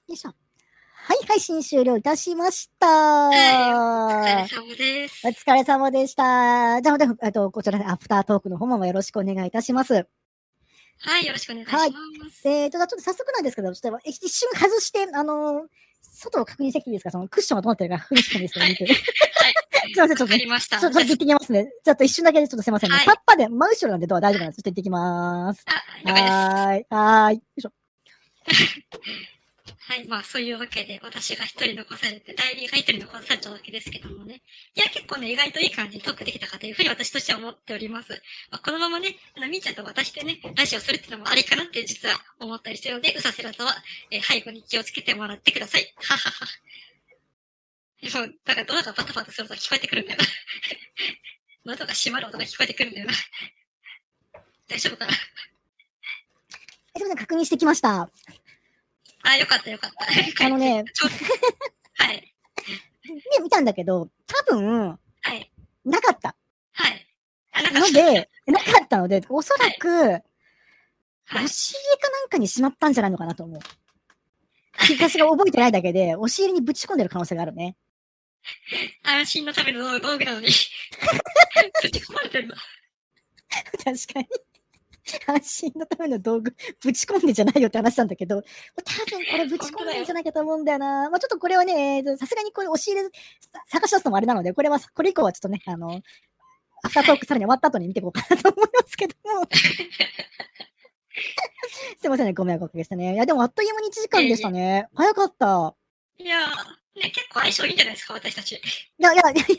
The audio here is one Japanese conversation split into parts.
よいしょ。はい、配信終了いたしました。 はい、お疲れ様です。 お疲れ様でした。じゃあ、こちらでアフタートークの方もよろしくお願いいたします。 はい、よろしくお願いします。 ちょっと早速なんですけど、ちょっと一瞬外して、外を確認してきていいですか？そのクッションがどうなってるか確認してきていいですか？はい。すいません、ちょっと、ね。わかりました。ちょっと行ってきますね。ちょっと一瞬だけちょっとすいませんね。はい、パッパで真後ろなんでドア大丈夫なんです。ちょっと行ってきます。 はい。 はい。よいしょ。 はい。まあ、そういうわけで、私が一人残されて、代理が一人残されちゃうわけですけどもね。いや、結構ね、意外といい感じにトークできたかというふうに私としては思っております。まあ、このままね、みーちゃんと私でね、ラジオするっていうのもありかなって実は思ったりしてるので、うさせらとは、背後に気をつけてもらってください。ははは。そう、だからドアがパタパタする音が聞こえてくるんだよな。窓が閉まる音が聞こえてくるんだよな。大丈夫かな？ すみません、確認してきました。 あ、よかったよかった。 はい。見たんだけど、多分、はい。なかった。 はい。 なかったので、おそらく、押し入れかなんかにしまったんじゃないのかなと思う。私が覚えてないだけで、押し入れにぶち込んでる可能性があるね。 安心のための道具なのに、ぶち込まれてるの。 確かに。安心のための道具、ぶち込んでじゃないよって話なんだけど、多分これぶち込んでんじゃないかと思うんだよな。まあちょっとこれはね、さすがにこれ押し入れ探し出すのもあれなので、これ以降はちょっとね、アフタートークさらに終わった後に見ていこうかなと思いますけども。すいませんね、ご迷惑おかけしてね。いや、でもあっという間に1時間でしたね。早かった。 いやー、ね、結構相性いいんじゃないですか、私たち。 相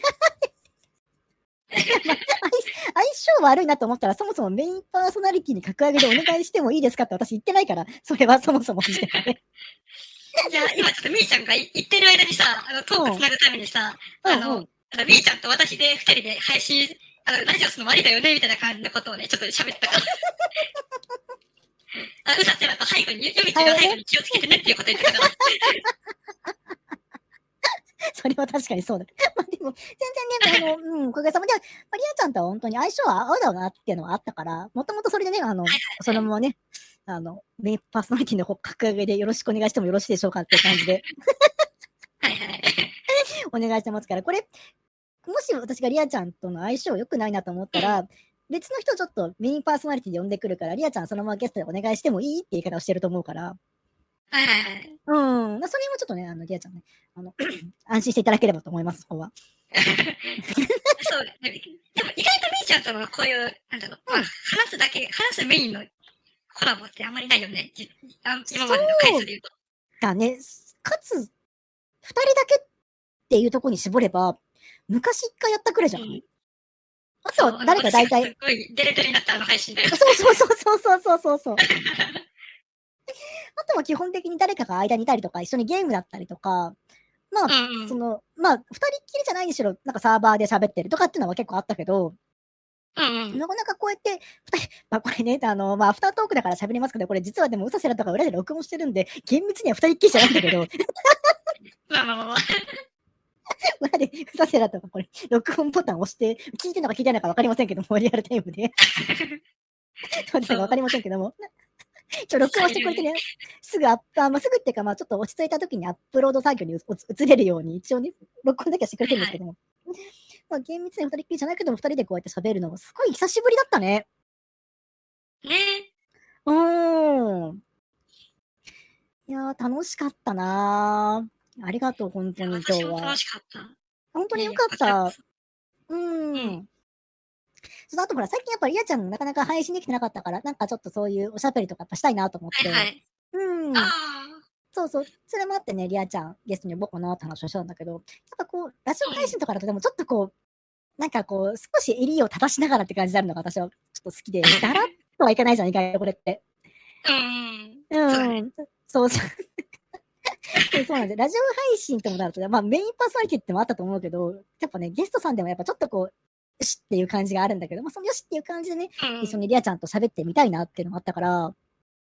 性悪いなと思ったら、そもそもメインパーソナリティに格上げでお願いしてもいいですかって私言ってないから、それはそもそもしてない。 じゃあ、今ちょっとみーちゃんが言ってる間にさ、トークつなぐためにさ、みーちゃんと私で二人で配信、ラジオするのもありだよね、みたいな感じのことをね、ちょっと喋ってたから。うさせらと背後に、夜道の背後に気をつけてねっていうこと言ってたから。 それは確かにそうだ。まあでも、全然ね、おかげさまで、リアちゃんとは本当に相性は合うだろうなっていうのはあったから、もともとそれでね、そのままね、メインパーソナリティの方格上げでよろしくお願いしてもよろしいでしょうかって感じで。 はいはい。 お願いしてますから、これ、もし私がリアちゃんとの相性良くないなと思ったら、別の人ちょっとメインパーソナリティで呼んでくるから、リアちゃんそのままゲストでお願いしてもいいって言い方をしてると思うから。 はいはいはい。 それもちょっとね、リアちゃんね、安心していただければと思います、そこは。 そう、でも意外とみーちゃんとのこういう、なんだろう、まあ、話すメインのコラボってあんまりないよね。今までの回数で言うと。 だね。かつ、二人だけっていうところに絞れば、昔一回やったくらいじゃん。あとは誰か大体。 すごいデレデレになった配信だよ。 そう。あとは基本的に誰かが間にいたりとか、一緒にゲームだったりとか、まあ、二人っきりじゃないにしろ、なんかサーバーで喋ってるとかっていうのは結構あったけど、なかなかこうやって、これね、アフタートークだから喋りますけど、これ実はでも、うさせらとか裏で録音してるんで、厳密には二人っきりじゃないんだけど。 まあ。 裏で、うさせらとかこれ、録音ボタン押して、聞いてるのか聞いてないのか分かりませんけども、リアルタイムで。どうですか分かりませんけども。録音してくれてね、すぐっていうか、ちょっと落ち着いた時にアップロード作業に移れるように、一応ね、録音だけはしてくれてるんですけども。厳密に二人っきりじゃないけども、二人でこうやって喋るのがすごい久しぶりだったね。 ね。 いやー、楽しかったなー。ありがとう、本当に今日は。 私も楽しかった。 本当によかった。あとほら、最近やっぱりリアちゃんなかなか配信できてなかったから、なんかちょっとそういうおしゃべりとかやっぱしたいなと思って。そう。それもあってね、リアちゃんゲストに呼ぼうかなって話をしたんだけど、やっぱこう、ラジオ配信とかだとでもちょっとこう、なんかこう、少し襟を正しながらって感じになるのが私はちょっと好きで、だらっとはいかないじゃん、意外とこれって。そう。そうなんです。ラジオ配信ともなると、メインパーソナリティってもあったと思うけど、やっぱね、ゲストさんでもやっぱちょっとこう、よしっていう感じがあるんだけど、そのよしっていう感じでね、一緒にリアちゃんと喋ってみたいなっていうのもあったから、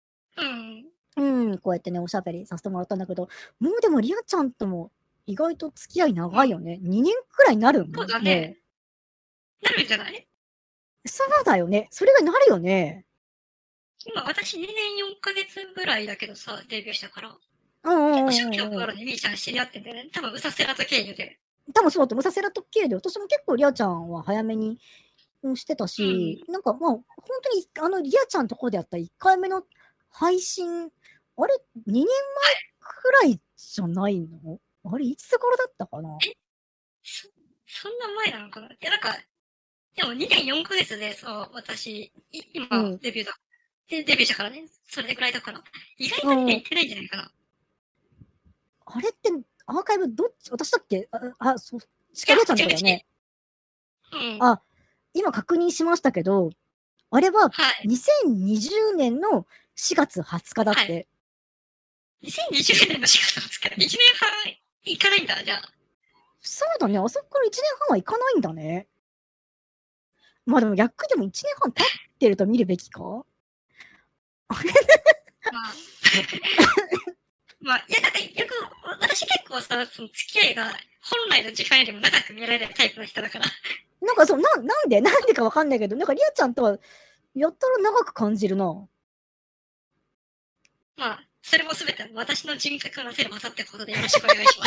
こうやってね、おしゃべりさせてもらったんだけど、もうでもリアちゃんとも意外と付き合い長いよね。2年くらいなるんそうだね。なるんじゃない？ そうだよね。それがなるよね。 今私2年4ヶ月ぐらいだけどさ、デビューしたから。 うん結構初期のうんうんうん。 頃にみーちゃん知り合っててね、多分ウサセラと経由で。 多分そうだと、ムサセラと経由で、私も結構リアちゃんは早めにしてたし、なんかまあ、本当にリアちゃんのところでやった1回目の配信、あれ、2年前くらいじゃないの？あれ、いつ頃だったかな？ そんな前なのかな。いや、なんか、でも2年4ヶ月で、そう、私、今、デビューだ。で、デビューしたからね、それぐらいだから、意外と2年いってないんじゃないかな。 あれって、アーカイブどっち、私だっけ？そう、しかりあちゃんとかだよね。あ、今確認しましたけど、あれは2020年の4月20日だって。はい、 2020年の4月20日、1年半いかないんだ、じゃあ。 そうだね、あそこから1年半はいかないんだね。まあでも逆でも1年半経ってると見るべきかまあ、いや、なんか、私結構さ、その付き合いが本来の時間よりも長く見られるタイプの人だから。 なんかそう、なんでかわかんないけど、なんかリアちゃんとは、やったら長く感じるな。 まあ、それもすべて私の人格のせいで混ざってことでよろしくお願いします。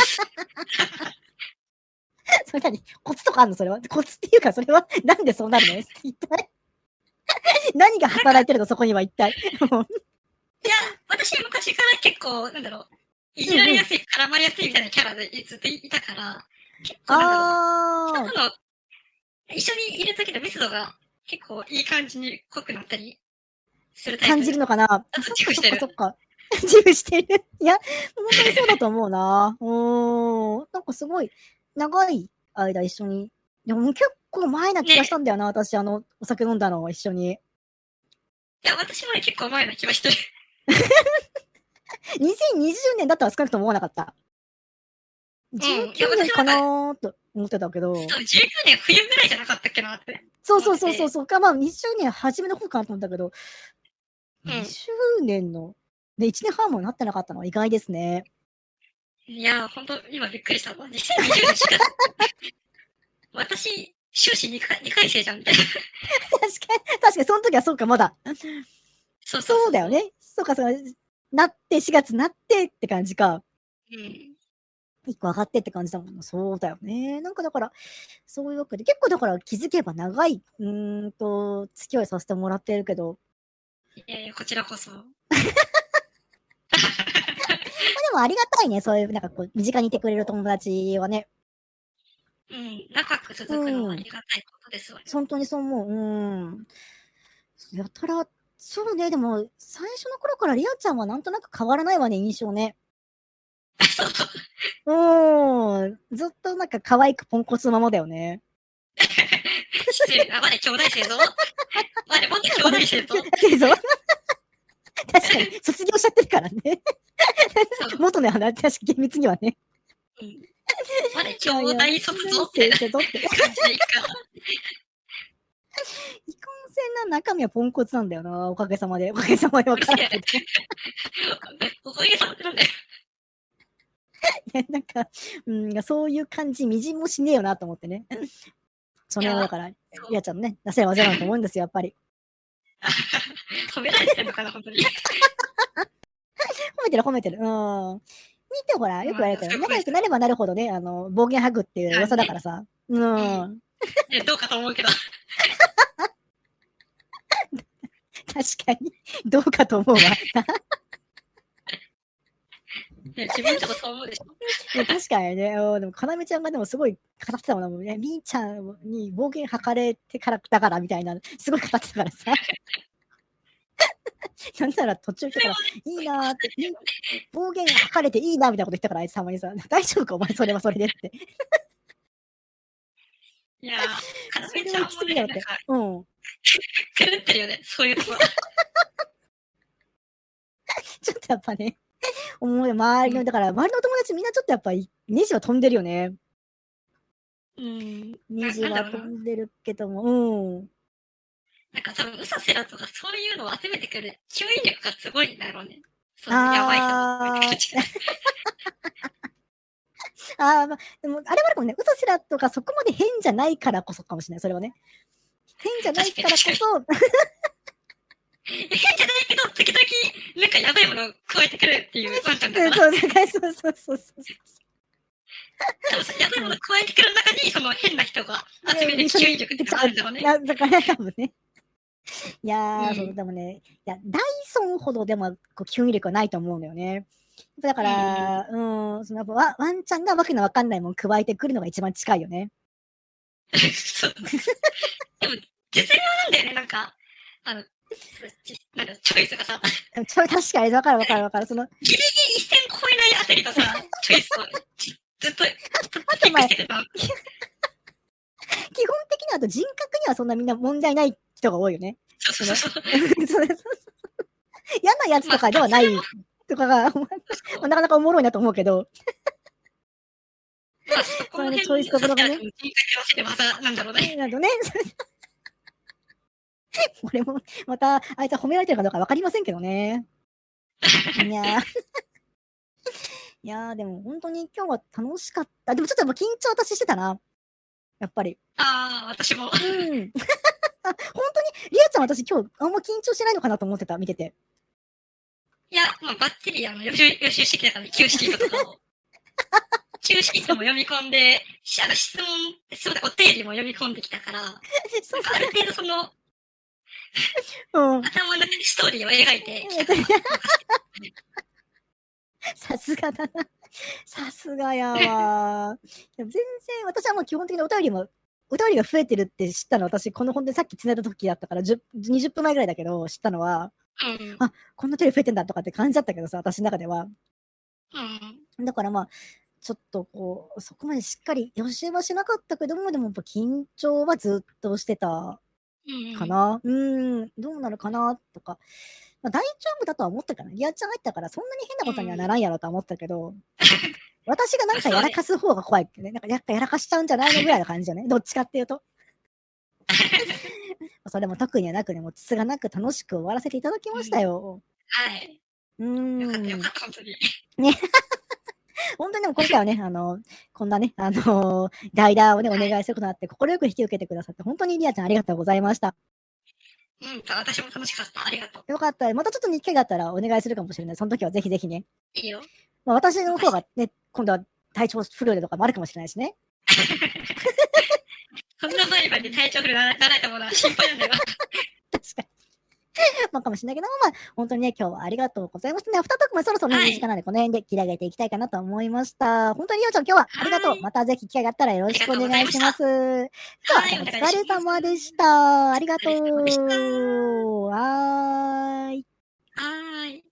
それコツとかあるの？それは。コツっていうか、それは、なんでそうなるの？一体。何が働いてるの？そこには一体。いや、私昔から結構、なんだろう、いじられやすい、絡まれやすいみたいなキャラでずっといたから、結構なんだろう、人との、一緒にいる時の密度が結構いい感じに濃くなったりするタイプ。 感じるのかな？ あと自負してる。 そっか。自負してる。いや、本当にそうだと思うな。なんかすごい、長い間一緒に。でも結構前な気がしたんだよな、私、お酒飲んだの一緒に。 いや、私も結構前な気がしてる。 2020年だったら少なくとも思わなかった。19年かなーと思ってたけど。 そう、19年冬ぐらいじゃなかったっけなって。 そう。まあ、20年初めの方かなと思ったけど、20年の、で、1年半もなってなかったのは意外ですね。 いやー、ほんと、今びっくりしたわ。2020年しか。私、修士2回生じゃん、みたいな。 確かに、その時はそうか、まだ。そうだよね。そうか、なって、4月なってって感じか。1個上がってって感じだもん。そうだよね。なんかだから、そういうわけで、結構だから気づけば長い、付き合いさせてもらってるけど。 いやいや、こちらこそ。まあでもありがたいね、そういう、なんかこう、身近にいてくれる友達はね。 長く続くのはありがたいことですわね。 本当にそう思う。やたら、そうね、でも、最初の頃からリアちゃんはなんとなく変わらないわね、印象ね。ずっとなんか可愛くポンコツのままだよね。 失礼な、まだ兄弟生ぞ。まだ兄弟生ぞ。 確かに、卒業しちゃってるからね。元の話、確か厳密にはね。 まだ兄弟卒ぞって感じでいいか。 いかんせんな中身はポンコツなんだよな、おかげさまで。おかげさまで分からんけど。 おかげさまでなんだよ。 いや、なんか、そういう感じ、みじんもしねえよなと思ってね。その辺はだから、リアちゃんのね、出せる技なんと思うんですよ、やっぱり。 褒められてるのかな、本当に。 褒めてる。見てほら、よく言われたよ。仲良くなればなるほどね、暴言吐くっていう噂だからさ。 どうかと思うけど。 確かに。どうかと思うわ。 自分でもそう思うでしょ。 確かにね。でも、かなめちゃんがでもすごい語ってたもんね。みーちゃんに暴言吐かれてからだからみたいな、すごい語ってたからさ。なんなら途中から、いいなーって、暴言吐かれていいなみたいなこと言ったから、あいつたまにさ、大丈夫かお前それはそれでって。 いやー、かなめちゃんもね、なんか、狂ってるよね、そういうところ。 ちょっとやっぱね、周りの、だから周りの友達みんなちょっとやっぱり、ネジは飛んでるよね。ネジは飛んでるけども、 なんか多分、ウサセラとかそういうのを集めてくる吸引力がすごいんだろうね。そういうやばい人が集めてくる。 まあ、でも、あれはでもね、ウサセラとかそこまで変じゃないからこそかもしれない、それはね。変じゃないからこそ、 変じゃないけど、時々、なんかやばいものを加えてくるっていうワンちゃんだから。 そうそう。 多分やばいものを加えてくる中に、その変な人が集める吸引力ってのがあるんだろうね。 だから多分ね。いやー、そう、でもね、いや、ダイソンほどでも、こう、吸引力はないと思うんだよね。だから、そのやっぱワンちゃんがわけのわかんないもん加えてくるのが一番近いよね。 そう。でも、絶妙なんだよね、なんか、なんかチョイスがさ。 確かに、わかる。その、 ギリギリ一線超えないあたりのさ、チョイスをずっと、 あと前、基本的にはと人格にはそんなみんな問題ない人が多いよね。 そう。 嫌なやつとかではないとかが、なかなかおもろいなと思うけど。 そのチョイスところがね。人格の技なんだろうね。 などね。俺も、また、あいつは褒められてるかどうかわかりませんけどね。いやー、でも本当に今日は楽しかった。でもちょっともう緊張私してたな。やっぱり。 私も。 本当に、リアちゃん私今日あんま緊張してないのかなと思ってた、見てて。 いや、まあ、バッチリ予習してきたからね、Q シートとかを。Q シートも読み込んで、質問、そうだ、お便りも読み込んできたから、ある程度その、頭の中にストーリーを描いてきたから。 さすがだな。さすがやわ。全然、私はもう基本的にお便りが増えてるって知ったの私、この本でさっき繋いだ時だったから20分前ぐらいだけど、知ったのは、こんなお便り増えてんだとかって感じだったけどさ、私の中では。だからまあ、ちょっとこう、そこまでしっかり予習はしなかったけども、でもやっぱ緊張はずっとしてたかな。どうなるかなとか。まあ、大丈夫だとは思ったから、リアちゃん入ったからそんなに変なことにはならんやろとは思ったけど、私がなんかやらかす方が怖いってね。なんかやらかしちゃうんじゃないのぐらいな感じじゃね。どっちかっていうと。それも特にはなくね、もうつがなく楽しく終わらせていただきましたよ。 はい。よかった、本当に。 ね。本当にでも今回はね、こんなね、代打をね、お願いすることになって、快く引き受けてくださって、本当にリアちゃんありがとうございました。 私も楽しかった。ありがとう。 よかった。またちょっと日記があったらお願いするかもしれない。その時はぜひぜひね。 いいよ。 まあ、私の方がね、今度は体調不良でとかもあるかもしれないしね。 そんな前まで体調不良ならないと思うのは心配なんだよ。確かに。まあかもしれないけど、まあ、本当にね、今日はありがとうございましたね。2トークもそろそろね、いい時間なので、この辺で切り上げていきたいかなと思いました。本当にりおちゃん、今日はありがとう。またぜひ機会があったらよろしくお願いします。では、お疲れ様でした。ありがとう。はーい。